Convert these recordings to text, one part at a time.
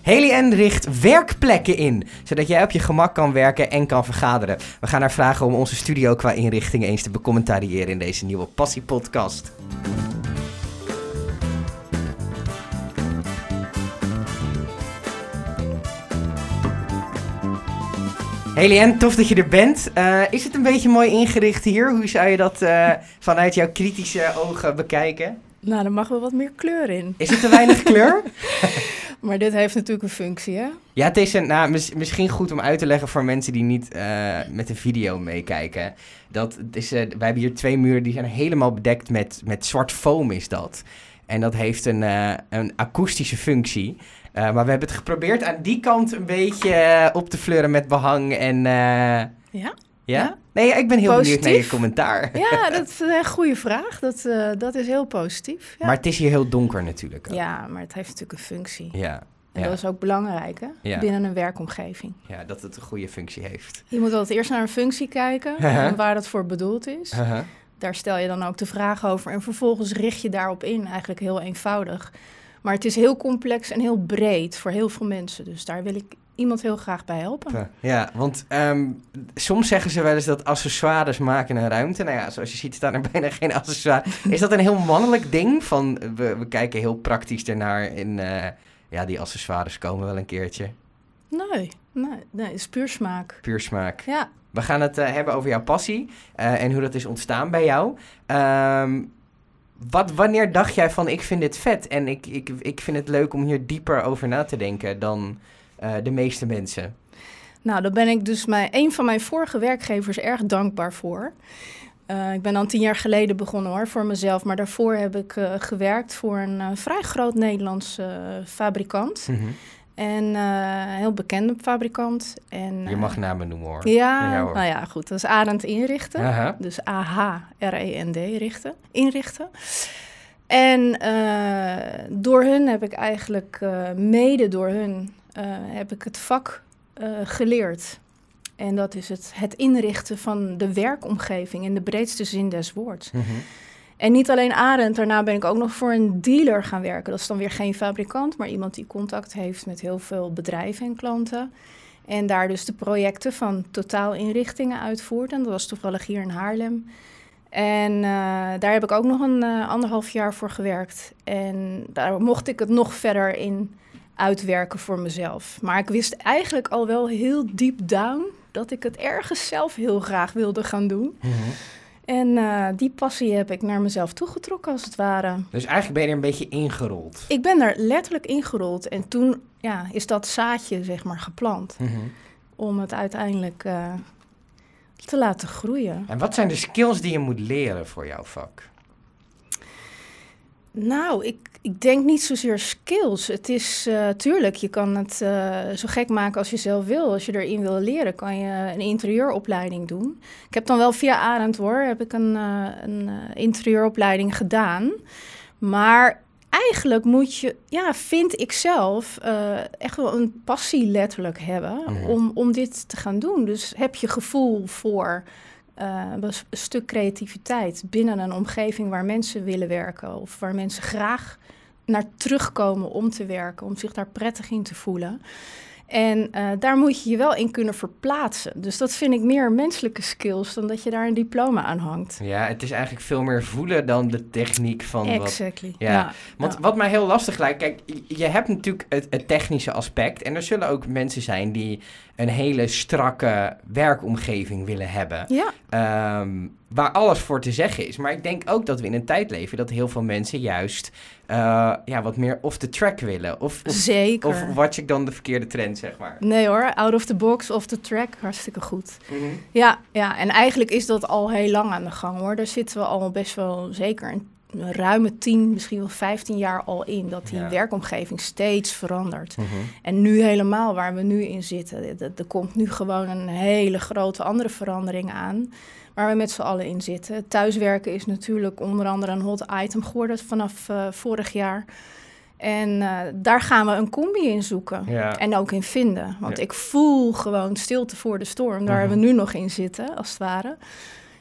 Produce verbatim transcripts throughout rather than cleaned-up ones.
Heli-N richt werkplekken in, zodat jij op je gemak kan werken en kan vergaderen. We gaan haar vragen om onze studio qua inrichting eens te becommentariëren in deze nieuwe Passie-podcast. Heli-N, tof dat je er bent. Uh, is het een beetje mooi ingericht hier? Hoe zou je dat uh, vanuit jouw kritische ogen bekijken? Nou, er mag wel wat meer kleur in. Is het te weinig kleur? Maar dit heeft natuurlijk een functie, hè? Ja, het is een, nou, mis, misschien goed om uit te leggen voor mensen die niet uh, met de video meekijken. Dat het is, uh, wij hebben hier twee muren die zijn helemaal bedekt met, met zwart foam is dat. En dat heeft een, uh, een akoestische functie. Uh, maar we hebben het geprobeerd aan die kant een beetje uh, op te fleuren met behang en... Uh, ja? Ja? Ja? Nee, ik ben heel Positief. benieuwd naar je commentaar. Ja, dat is een goede vraag. Dat, uh, dat is heel positief. Ja. Maar het is hier heel donker natuurlijk ook. Ja, maar het heeft natuurlijk een functie. Ja. En ja. dat is ook belangrijk, hè? Ja. Binnen een werkomgeving. Ja, dat het een goede functie heeft. Je moet altijd eerst naar een functie kijken Uh-huh. en waar dat voor bedoeld is. Uh-huh. Daar stel je dan ook de vraag over en vervolgens richt je daarop in. Eigenlijk heel eenvoudig. Maar het is heel complex en heel breed voor heel veel mensen. Dus daar wil ik iemand heel graag bij helpen. Ja, want um, soms zeggen ze wel eens dat accessoires maken een ruimte. Nou ja, zoals je ziet staan er bijna geen accessoires. Is dat een heel mannelijk ding? Van, we, we kijken heel praktisch ernaar en uh, ja, die accessoires komen wel een keertje. Nee, nee, nee, het is puur smaak. Puur smaak. Ja. We gaan het uh, hebben over jouw passie uh, en hoe dat is ontstaan bij jou. Um, Wat, wanneer dacht jij van, ik vind dit vet en ik, ik, ik vind het leuk om hier dieper over na te denken dan uh, de meeste mensen? Nou, daar ben ik dus mijn, een van mijn vorige werkgevers erg dankbaar voor. Uh, ik ben dan tien jaar geleden begonnen hoor, voor mezelf. Maar daarvoor heb ik uh, gewerkt voor een uh, vrij groot Nederlands uh, fabrikant. Mm-hmm. En uh, een heel bekende fabrikant. En, uh, je mag namen noemen hoor. Ja, ja hoor. nou ja, goed. Dat is Arend Inrichten. Aha. Dus A H R E N D richten, inrichten. En uh, door hun heb ik eigenlijk, uh, mede door hun, uh, heb ik het vak uh, geleerd. En dat is het, het inrichten van de werkomgeving in de breedste zin des woords. Mm-hmm. En niet alleen Arend, daarna ben ik ook nog voor een dealer gaan werken. Dat is dan weer geen fabrikant, maar iemand die contact heeft met heel veel bedrijven en klanten. En daar dus de projecten van totaalinrichtingen uitvoert. En dat was toevallig hier in Haarlem. En uh, daar heb ik ook nog een uh, anderhalf jaar voor gewerkt. En daar mocht ik het nog verder in uitwerken voor mezelf. Maar ik wist eigenlijk al wel heel deep down dat ik het ergens zelf heel graag wilde gaan doen. Mm-hmm. En uh, die passie heb ik naar mezelf toegetrokken, als het ware. Dus eigenlijk ben je er een beetje ingerold. Ik ben er letterlijk ingerold. En toen ja, is dat zaadje, zeg maar, geplant. Mm-hmm. Om het uiteindelijk uh, te laten groeien. En wat zijn de skills die je moet leren voor jouw vak? Nou, ik, ik denk niet zozeer skills. Het is, uh, tuurlijk, je kan het uh, zo gek maken als je zelf wil. Als je erin wil leren, kan je een interieuropleiding doen. Ik heb dan wel via Arend hoor, heb ik een, uh, een uh, interieuropleiding gedaan. Maar eigenlijk moet je, ja, vind ik zelf, uh, echt wel een passie letterlijk hebben Mm-hmm. om, om dit te gaan doen. Dus heb je gevoel voor uh, een stuk creativiteit binnen een omgeving waar mensen willen werken of waar mensen graag naar terugkomen om te werken, om zich daar prettig in te voelen. En uh, daar moet je je wel in kunnen verplaatsen. Dus dat vind ik meer menselijke skills dan dat je daar een diploma aan hangt. Ja, het is eigenlijk veel meer voelen dan de techniek van Exactly. wat... Ja, ja. want ja. wat mij heel lastig lijkt... Kijk, je hebt natuurlijk het, het technische aspect. En er zullen ook mensen zijn die een hele strakke werkomgeving willen hebben. Ja. Um, waar alles voor te zeggen is. Maar ik denk ook dat we in een tijd leven dat heel veel mensen juist uh, ja, wat meer off the track willen. Of, of, Zeker. Of watch ik dan de verkeerde trend, zeg maar. Nee hoor, out of the box, off the track, hartstikke goed. Mm-hmm. Ja, ja, en eigenlijk is dat al heel lang aan de gang hoor. Daar zitten we al best wel zeker een, een ruime tien, misschien wel vijftien jaar al in. Dat die Ja. werkomgeving steeds verandert. Mm-hmm. En nu helemaal waar we nu in zitten. Er, er komt nu gewoon een hele grote andere verandering aan. Waar we met z'n allen in zitten. Thuiswerken is natuurlijk onder andere een hot item geworden vanaf uh, vorig jaar. En uh, daar gaan we een combi in zoeken. Ja. En ook in vinden. Want Ja. ik voel gewoon stilte voor de storm. Daar Mm-hmm. we nu nog in zitten, als het ware.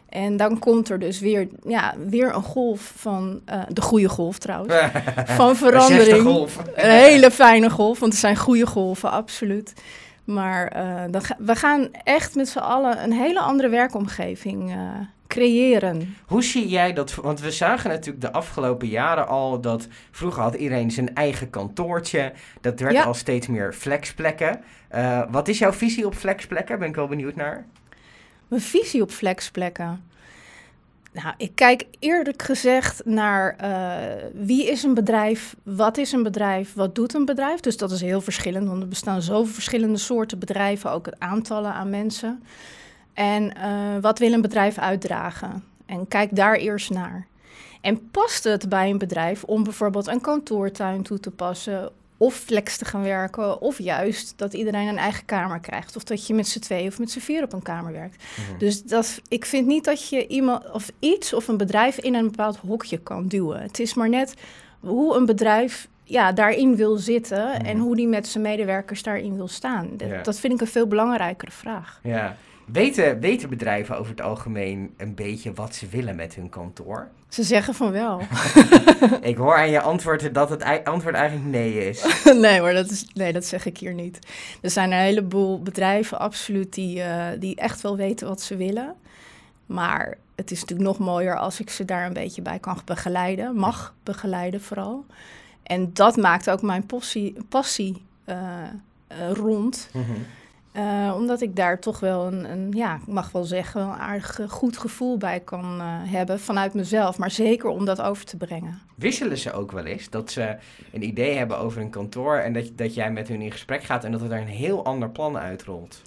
En dan komt er dus weer, ja, weer een golf van, uh, de goede golf trouwens, van verandering. golf. Een hele fijne golf, want het zijn goede golven, absoluut. Maar uh, dan ga, we gaan echt met z'n allen een hele andere werkomgeving uh, creëren. Hoe zie jij dat? Want we zagen natuurlijk de afgelopen jaren al dat vroeger had iedereen zijn eigen kantoortje. Dat werd ja. al steeds meer flexplekken. Uh, wat is jouw visie op flexplekken? Ben ik wel benieuwd naar. Mijn visie op flexplekken? Nou, ik kijk eerlijk gezegd naar uh, wie is een bedrijf, wat is een bedrijf, wat doet een bedrijf. Dus dat is heel verschillend, want er bestaan zoveel verschillende soorten bedrijven, ook het aantallen aan mensen. En uh, wat wil een bedrijf uitdragen? En kijk daar eerst naar. En past het bij een bedrijf om bijvoorbeeld een kantoortuin toe te passen, of flex te gaan werken, of juist dat iedereen een eigen kamer krijgt. Of dat je met z'n twee of met z'n vier op een kamer werkt. Mm-hmm. Dus dat, ik vind niet dat je iemand of iets of een bedrijf in een bepaald hokje kan duwen. Het is maar net hoe een bedrijf ja, daarin wil zitten mm-hmm. en hoe die met zijn medewerkers daarin wil staan. Dat, yeah. dat vind ik een veel belangrijkere vraag. Ja. Yeah. Weten, weten bedrijven over het algemeen een beetje wat ze willen met hun kantoor? Ze zeggen van wel. Ik hoor aan je antwoord dat het ei- antwoord eigenlijk nee is. nee hoor, dat, is, nee, dat zeg ik hier niet. Er zijn een heleboel bedrijven absoluut die, uh, die echt wel weten wat ze willen. Maar het is natuurlijk nog mooier als ik ze daar een beetje bij kan begeleiden. Mag begeleiden vooral. En dat maakt ook mijn passie, passie uh, uh, rond. Mm-hmm. Uh, omdat ik daar toch wel een, een, ja, ik mag wel zeggen, een aardig goed gevoel bij kan uh, hebben vanuit mezelf. Maar zeker om dat over te brengen. Wisselen ze ook wel eens dat ze een idee hebben over een kantoor en dat, dat jij met hun in gesprek gaat en dat er daar een heel ander plan uitrolt?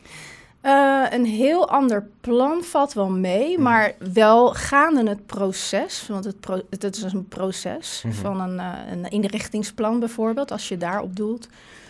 Uh, een heel ander plan valt wel mee, mm. maar wel gaande het proces. Want het, pro- het is een proces mm-hmm. van een, uh, een inrichtingsplan bijvoorbeeld, als je daarop doelt.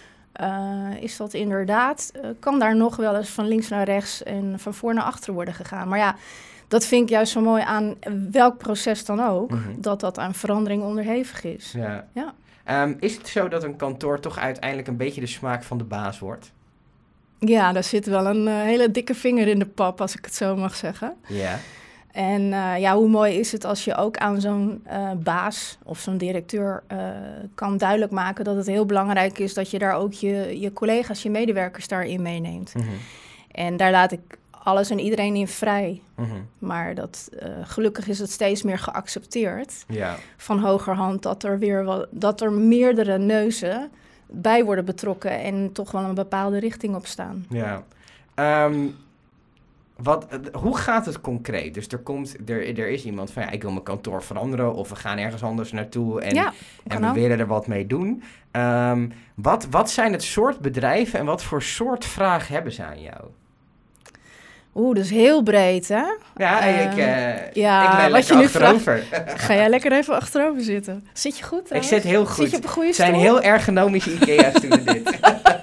Uh, is dat inderdaad, uh, kan daar nog wel eens van links naar rechts en van voor naar achter worden gegaan. Maar ja, dat vind ik juist zo mooi aan welk proces dan ook, mm-hmm. dat dat aan verandering onderhevig is. Ja. Ja. Um, is het zo dat een kantoor toch uiteindelijk een beetje de smaak van de baas wordt? Ja, daar zit wel een uh, hele dikke vinger in de pap, als ik het zo mag zeggen. Ja. En uh, ja, hoe mooi is het als je ook aan zo'n uh, baas of zo'n directeur uh, kan duidelijk maken dat het heel belangrijk is dat je daar ook je, je collega's, je medewerkers daarin meeneemt. Mm-hmm. En daar laat ik alles en iedereen in vrij. Mm-hmm. Maar dat, uh, gelukkig is het steeds meer geaccepteerd ja. van hogerhand dat er weer wat, dat er meerdere neuzen bij worden betrokken en toch wel een bepaalde richting op staan. Ja. Um... Wat, hoe gaat het concreet? Dus er, komt, er, er is iemand van, ja, ik wil mijn kantoor veranderen of we gaan ergens anders naartoe en, ja, en we ook. willen er wat mee doen. Um, wat, wat zijn het soort bedrijven en wat voor soort vraag hebben ze aan jou? Oeh, dat is heel breed, hè? Ja, uh, ik, uh, ja, ik ben wat lekker je achterover. Vraagt, ga jij lekker even achterover zitten? Zit je goed trouwens? Ik zit heel goed. Zit je op een goede stoel? Het zijn heel ergonomische IKEA-stoelen dit.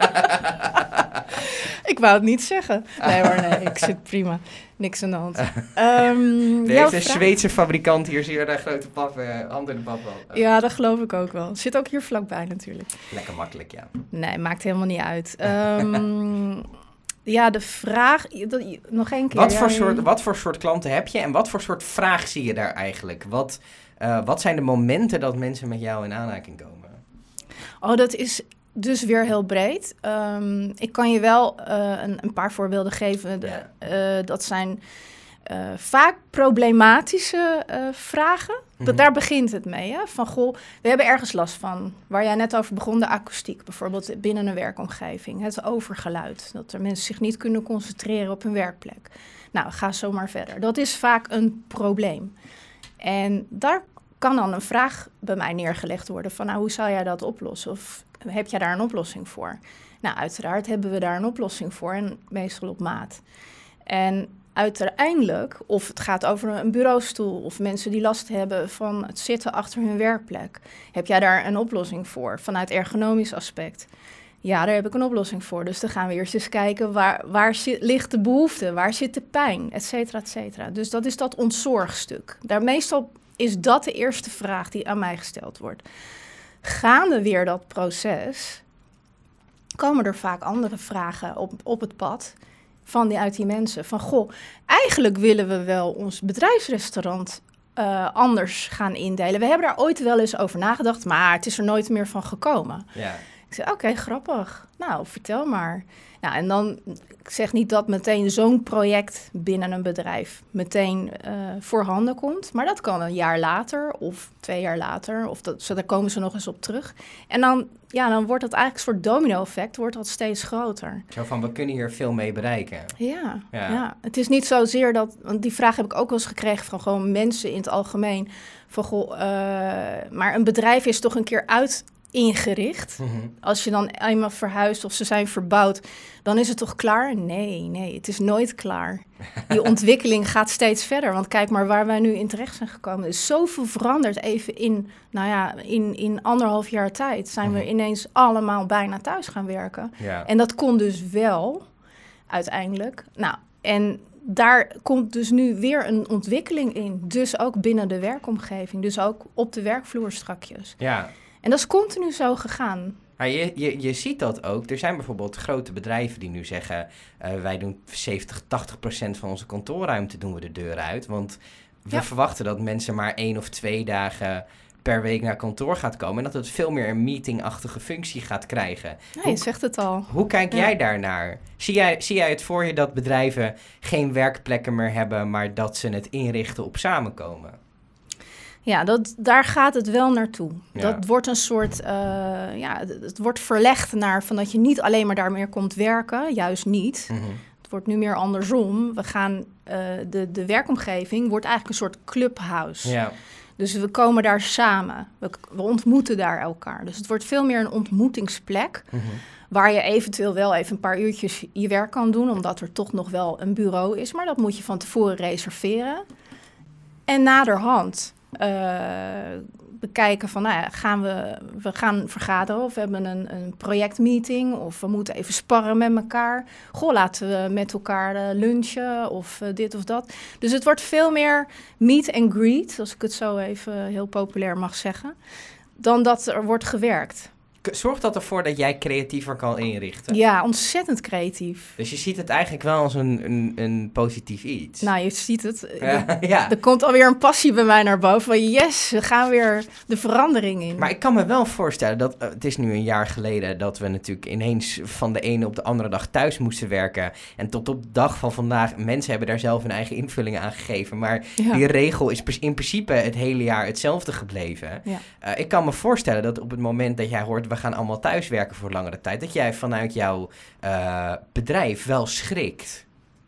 Ik wou het niet zeggen. Nee hoor, nee, ik zit prima. Niks aan de hand. Um, er is een Zweedse fabrikant hier, zie je daar grote pap, uh, hand in de pap wel. Uh. Ja, dat geloof ik ook wel. Zit ook hier vlakbij natuurlijk. Lekker makkelijk, ja. Nee, maakt helemaal niet uit. Um, ja, de vraag, dat, nog één keer. Wat, ja, voor je... soort, wat voor soort klanten heb je en wat voor soort vraag zie je daar eigenlijk? Wat, uh, wat zijn de momenten dat mensen met jou in aanraking komen? Oh, dat is... Dus weer heel breed. Um, ik kan je wel uh, een, een paar voorbeelden geven. De, uh, dat zijn uh, vaak problematische uh, vragen. Mm-hmm. Daar begint het mee. Hè? Van, goh, we hebben ergens last van. Waar jij net over begon, de akoestiek. Bijvoorbeeld binnen een werkomgeving. Het overgeluid. Dat er mensen zich niet kunnen concentreren op hun werkplek. Nou, ga zo maar verder. Dat is vaak een probleem. En daar kan dan een vraag bij mij neergelegd worden. Van, nou, hoe zou jij dat oplossen? Of heb jij daar een oplossing voor? Nou, uiteraard hebben we daar een oplossing voor en meestal op maat. En uiteindelijk, of het gaat over een bureaustoel of mensen die last hebben van het zitten achter hun werkplek, heb jij daar een oplossing voor vanuit ergonomisch aspect? Ja, daar heb ik een oplossing voor. Dus dan gaan we eerst eens kijken waar, waar zit, ligt de behoefte, waar zit de pijn, et cetera, et cetera. Dus dat is dat ontzorgstuk. Daar meestal is dat de eerste vraag die aan mij gesteld wordt. Gaande weer dat proces komen er vaak andere vragen op, op het pad van die, uit die mensen. Van, goh, eigenlijk willen we wel ons bedrijfsrestaurant uh, anders gaan indelen. We hebben daar ooit wel eens over nagedacht, maar het is er nooit meer van gekomen. Ja. Ik zei, oké, okay, grappig. Nou, vertel maar. Nou, en dan, ik zeg niet dat meteen zo'n project binnen een bedrijf meteen uh, voorhanden komt. Maar dat kan een jaar later of twee jaar later. Of dat, zo, daar komen ze nog eens op terug. En dan, ja, dan wordt dat eigenlijk een soort domino-effect, wordt dat steeds groter. Zo van, we kunnen hier veel mee bereiken. Ja, ja. ja. Het is niet zozeer dat, want die vraag heb ik ook wel eens gekregen van gewoon mensen in het algemeen. Van, goh, uh, maar een bedrijf is toch een keer uit... ingericht. Mm-hmm. Als je dan eenmaal verhuist of ze zijn verbouwd, dan is het toch klaar? Nee, nee, het is nooit klaar. Die ontwikkeling gaat steeds verder. Want kijk maar waar wij nu in terecht zijn gekomen. Er is zoveel veranderd even in, nou ja, in, in anderhalf jaar tijd. Zijn mm-hmm. we ineens allemaal bijna thuis gaan werken. Ja. En dat kon dus wel, uiteindelijk. Nou, en daar komt dus nu weer een ontwikkeling in. Dus ook binnen de werkomgeving. Dus ook op de werkvloer strakjes. Ja. En dat is continu zo gegaan. Maar je, je, je ziet dat ook. Er zijn bijvoorbeeld grote bedrijven die nu zeggen... Uh, wij doen zeventig, tachtig procent van onze kantoorruimte doen we de deur uit. Want we ja. verwachten dat mensen maar één of twee dagen per week naar kantoor gaat komen. En dat het veel meer een meetingachtige functie gaat krijgen. Ja, hoe, je zegt het al. Hoe kijk ja. jij daarnaar? Zie jij, zie jij het voor je dat bedrijven geen werkplekken meer hebben... maar dat ze het inrichten op samenkomen? Ja, dat, daar gaat het wel naartoe. Ja. Dat wordt een soort, uh, ja, het, het wordt verlegd naar van dat je niet alleen maar daar meer komt werken, juist niet. Mm-hmm. Het wordt nu meer andersom. We gaan, uh, de, de werkomgeving wordt eigenlijk een soort clubhouse. Ja. Dus we komen daar samen. We, we ontmoeten daar elkaar. Dus het wordt veel meer een ontmoetingsplek. Mm-hmm. Waar je eventueel wel even een paar uurtjes je werk kan doen, omdat er toch nog wel een bureau is. Maar dat moet je van tevoren reserveren. En naderhand Uh, bekijken van, nou ja, gaan we, we gaan vergaderen of we hebben een, een projectmeeting of we moeten even sparren met elkaar. Goh, laten we met elkaar uh, lunchen of uh, dit of dat. Dus het wordt veel meer meet and greet, als ik het zo even heel populair mag zeggen, dan dat er wordt gewerkt. Zorgt dat ervoor dat jij creatiever kan inrichten? Ja, ontzettend creatief. Dus je ziet het eigenlijk wel als een, een, een positief iets? Nou, je ziet het. Ja, ja. Er komt alweer een passie bij mij naar boven. Van yes, we gaan weer de verandering in. Maar ik kan me wel voorstellen dat... Uh, het is nu een jaar geleden dat we natuurlijk ineens van de ene op de andere dag thuis moesten werken. En tot op de dag van vandaag, mensen hebben daar zelf hun eigen invulling aan gegeven. Maar ja. die regel is in principe het hele jaar hetzelfde gebleven. Ja. Uh, ik kan me voorstellen dat op het moment dat jij hoort... we gaan allemaal thuiswerken voor langere tijd... dat jij vanuit jouw uh, bedrijf wel schrikt.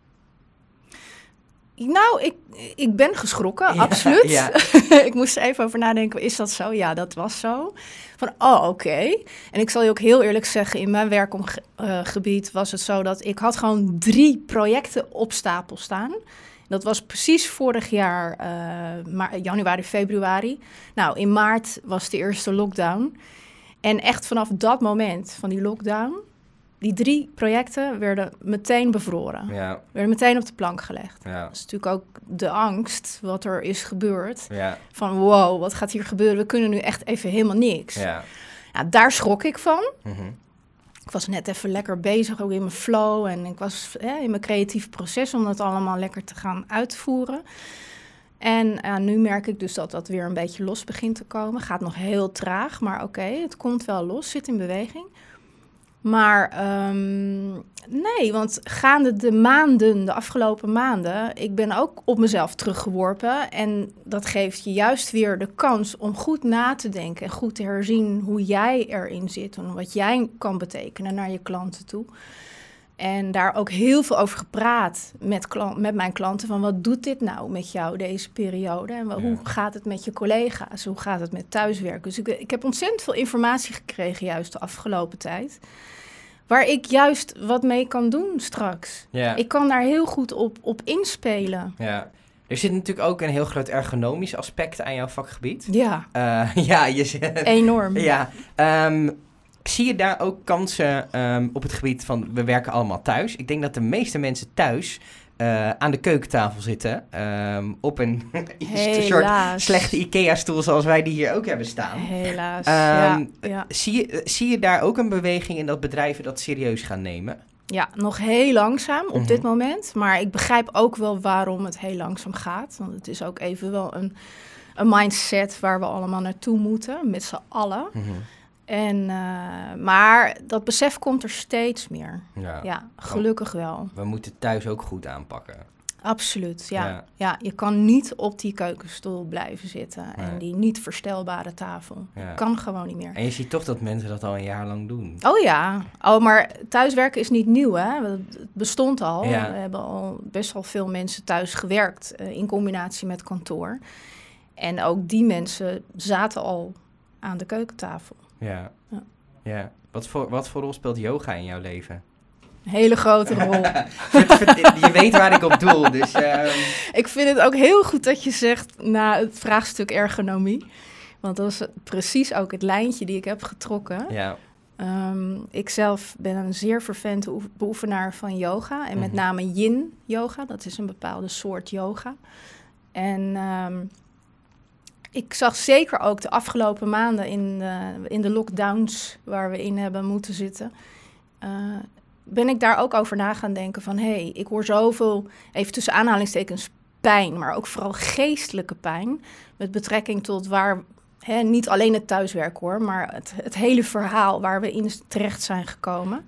Nou, ik, ik ben geschrokken, ja, absoluut. Ja. Ik moest er even over nadenken, is dat zo? Ja, dat was zo. Van, oh, oké. Okay. En ik zal je ook heel eerlijk zeggen, in mijn werkgebied uh, was het zo... dat ik had gewoon drie projecten op stapel staan... Dat was precies vorig jaar, uh, ma- januari, februari. Nou, in maart was de eerste lockdown... En echt vanaf dat moment van die lockdown, die drie projecten werden meteen bevroren. Ja. Werden meteen op de plank gelegd. Ja. Dat is natuurlijk ook de angst wat er is gebeurd. Ja. Van wow, wat gaat hier gebeuren? We kunnen nu echt even helemaal niks. Ja. Ja, daar schrok ik van. Mm-hmm. Ik was net even lekker bezig, ook in mijn flow. En ik was ja, in mijn creatief proces om dat allemaal lekker te gaan uitvoeren. En ja, nu merk ik dus dat dat weer een beetje los begint te komen. Gaat nog heel traag, maar oké, okay, het komt wel los, zit in beweging. Maar um, nee, want gaande de maanden, de afgelopen maanden... ik ben ook op mezelf teruggeworpen. En dat geeft je juist weer de kans om goed na te denken... en goed te herzien hoe jij erin zit... en wat jij kan betekenen naar je klanten toe... En daar ook heel veel over gepraat met, klant, met mijn klanten. Van wat doet dit nou met jou deze periode? En wat, ja. hoe gaat het met je collega's? Hoe gaat het met thuiswerken? Dus ik, ik heb ontzettend veel informatie gekregen juist de afgelopen tijd. Waar ik juist wat mee kan doen straks. Ja. Ik kan daar heel goed op, op inspelen. Ja. Er zit natuurlijk ook een heel groot ergonomisch aspect aan jouw vakgebied. Ja. Uh, ja, je enorm. Ja. Um, Zie je daar ook kansen um, op het gebied van we werken allemaal thuis? Ik denk dat de meeste mensen thuis uh, aan de keukentafel zitten. Um, op een soort slechte IKEA-stoel zoals wij die hier ook hebben staan. Helaas, um, ja, ja. Zie je, zie je daar ook een beweging in dat bedrijven dat serieus gaan nemen? Ja, nog heel langzaam op Mm-hmm. dit moment. Maar ik begrijp ook wel waarom het heel langzaam gaat. Want het is ook even wel een, een mindset waar we allemaal naartoe moeten, met z'n allen. Mm-hmm. En, uh, maar dat besef komt er steeds meer. Ja. Ja, gelukkig wel. We moeten thuis ook goed aanpakken. Absoluut, ja. Ja. ja. Je kan niet op die keukenstoel blijven zitten. Nee. En die niet verstelbare tafel. Ja. Kan gewoon niet meer. En je ziet toch dat mensen dat al een jaar lang doen. Oh ja. Oh, maar thuiswerken is niet nieuw, hè. Het bestond al. Ja. We hebben al best wel veel mensen thuis gewerkt. Uh, in combinatie met kantoor. En ook die mensen zaten al aan de keukentafel. Ja. Ja. ja. Wat, voor, wat voor rol speelt yoga in jouw leven? Een hele grote rol. Je weet waar ik op doel, dus... Um... Ik vind het ook heel goed dat je zegt na het vraagstuk ergonomie. Want dat is precies ook het lijntje die ik heb getrokken. Ja. Um, ik zelf ben een zeer vervente oef- beoefenaar van yoga. En met Mm-hmm. name yin yoga. Dat is een bepaalde soort yoga. En um, ik zag zeker ook de afgelopen maanden in de, in de lockdowns waar we in hebben moeten zitten... Uh, ben ik daar ook over na gaan denken van... hé, hey, ik hoor zoveel, even tussen aanhalingstekens, pijn... maar ook vooral geestelijke pijn... met betrekking tot waar, hè, niet alleen het thuiswerk hoor... maar het, het hele verhaal waar we in terecht zijn gekomen.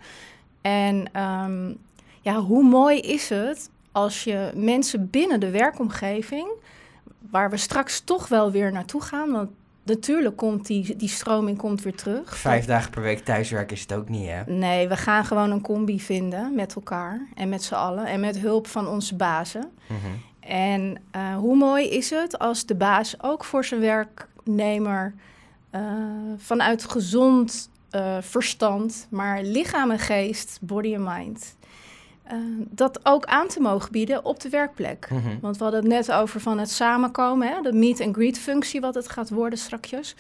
En um, ja, hoe mooi is het als je mensen binnen de werkomgeving... waar we straks toch wel weer naartoe gaan... want natuurlijk komt die, die stroming komt weer terug. Vijf dagen per week thuiswerken is het ook niet, hè? Nee, we gaan gewoon een combi vinden met elkaar en met z'n allen. En met hulp van onze bazen. Mm-hmm. En uh, hoe mooi is het als de baas ook voor zijn werknemer... Uh, vanuit gezond uh, verstand, maar lichaam en geest, body en mind... Uh, dat ook aan te mogen bieden op de werkplek. Mm-hmm. Want we hadden het net over van het samenkomen, hè? De meet-and-greet functie wat het gaat worden strakjes.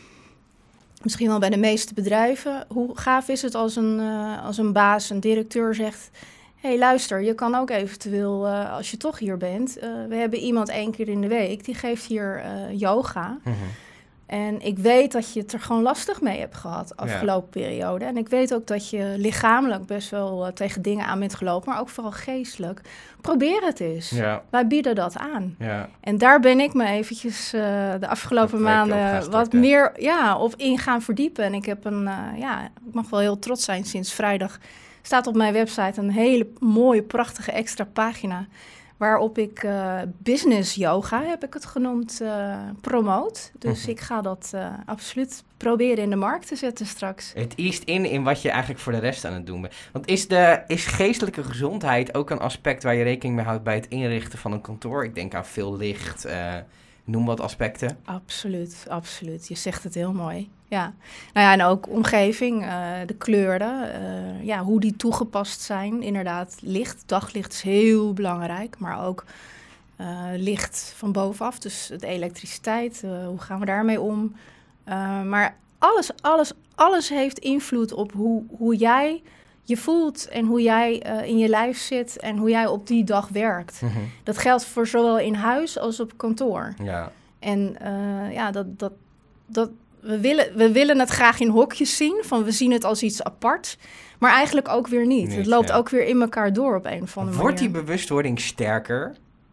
Misschien wel bij de meeste bedrijven. Hoe gaaf is het als een, uh, als een baas, een directeur zegt... hé, hey, luister, je kan ook eventueel, uh, als je toch hier bent... Uh, we hebben iemand één keer in de week, die geeft hier uh, yoga... Mm-hmm. En ik weet dat je het er gewoon lastig mee hebt gehad de afgelopen ja. periode. En ik weet ook dat je lichamelijk best wel uh, tegen dingen aan bent gelopen, maar ook vooral geestelijk. Probeer het eens. Ja. Wij bieden dat aan. Ja. En daar ben ik me eventjes uh, de afgelopen maanden wat meer ja, op in gaan verdiepen. En ik heb een, uh, ja, ik mag wel heel trots zijn, sinds vrijdag staat op mijn website een hele mooie, prachtige extra pagina... waarop ik uh, business yoga, heb ik het genoemd, uh, promoot. Dus mm-hmm. ik ga dat uh, absoluut proberen in de markt te zetten straks. Het east in in wat je eigenlijk voor de rest aan het doen bent. Want is, de, is geestelijke gezondheid ook een aspect waar je rekening mee houdt bij het inrichten van een kantoor? Ik denk aan veel licht, uh, noem wat aspecten. Absoluut, absoluut. Je zegt het heel mooi. Ja, nou ja, en ook omgeving, uh, de kleuren, uh, ja, hoe die toegepast zijn. Inderdaad, licht, daglicht is heel belangrijk, maar ook uh, licht van bovenaf. Dus de elektriciteit, uh, hoe gaan we daarmee om? Uh, maar alles, alles, alles heeft invloed op hoe, hoe jij je voelt en hoe jij uh, in je lijf zit en hoe jij op die dag werkt. Mm-hmm. Dat geldt voor zowel in huis als op kantoor. Ja. En uh, ja, dat... dat, dat We willen, we willen het graag in hokjes zien, van we zien het als iets apart, maar eigenlijk ook weer niet. niet het loopt ja. ook weer in elkaar door op een of andere Wordt manier. Wordt die bewustwording sterker?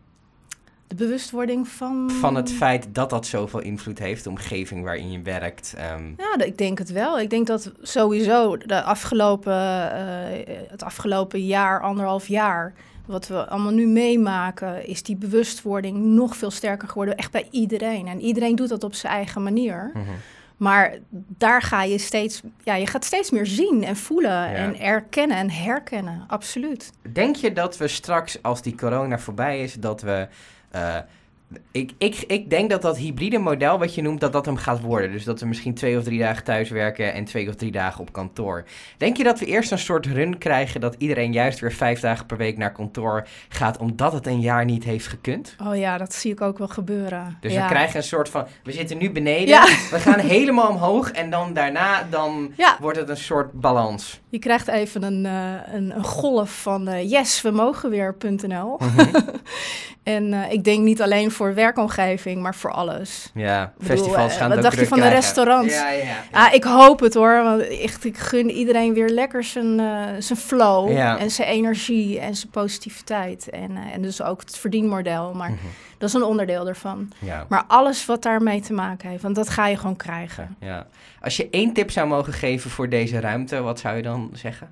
De bewustwording van... Van het feit dat dat zoveel invloed heeft, de omgeving waarin je werkt. Um... Ja, ik denk het wel. Ik denk dat sowieso de afgelopen, uh, het afgelopen jaar, anderhalf jaar... wat we allemaal nu meemaken, is die bewustwording nog veel sterker geworden. Echt bij iedereen. En iedereen doet dat op zijn eigen manier. Mm-hmm. Maar daar ga je steeds... Ja, je gaat steeds meer zien en voelen ja. en erkennen en herkennen. Absoluut. Denk je dat we straks, als die corona voorbij is, dat we... Uh, ik, ik, ik denk dat dat hybride model wat je noemt, dat dat hem gaat worden. Dus dat we misschien twee of drie dagen thuis werken en twee of drie dagen op kantoor. Denk je dat we eerst een soort run krijgen dat iedereen juist weer vijf dagen per week naar kantoor gaat, omdat het een jaar niet heeft gekund? Oh ja, dat zie ik ook wel gebeuren. Dus ja. we krijgen een soort van, we zitten nu beneden, ja. we gaan helemaal omhoog en dan daarna dan ja. wordt het een soort balans. Je krijgt even een, uh, een, een golf van uh, yes, we mogen weer punt n l. Mm-hmm. En uh, ik denk niet alleen voor voor werkomgeving, maar voor alles. Ja, Ik bedoel, festivals eh, gaan wat het ook dacht je druk van de krijgen. restaurants? Ja, ja, ja. Ah, ik hoop het hoor, want echt, ik gun iedereen weer lekker zijn, uh, zijn flow Ja. en zijn energie en zijn positiviteit. En, uh, en dus ook het verdienmodel, maar Mm-hmm. dat is een onderdeel ervan. Ja. Maar alles wat daarmee te maken heeft, want dat ga je gewoon krijgen. Ja. Als je één tip zou mogen geven voor deze ruimte, wat zou je dan zeggen?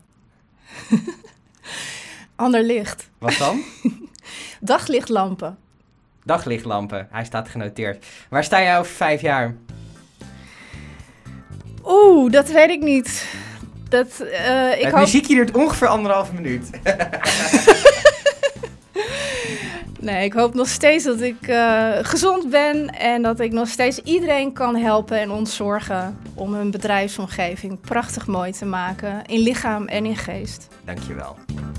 Ander licht. Wat dan? Daglichtlampen. Daglichtlampen, hij staat genoteerd. Waar sta jij over vijf jaar? Oeh, dat weet ik niet. Dat, uh, ik Het hoop... muziekje duurt ongeveer anderhalve minuut. Nee, ik hoop nog steeds dat ik uh, gezond ben en dat ik nog steeds iedereen kan helpen en ontzorgen om hun bedrijfsomgeving prachtig mooi te maken in lichaam en in geest. Dankjewel.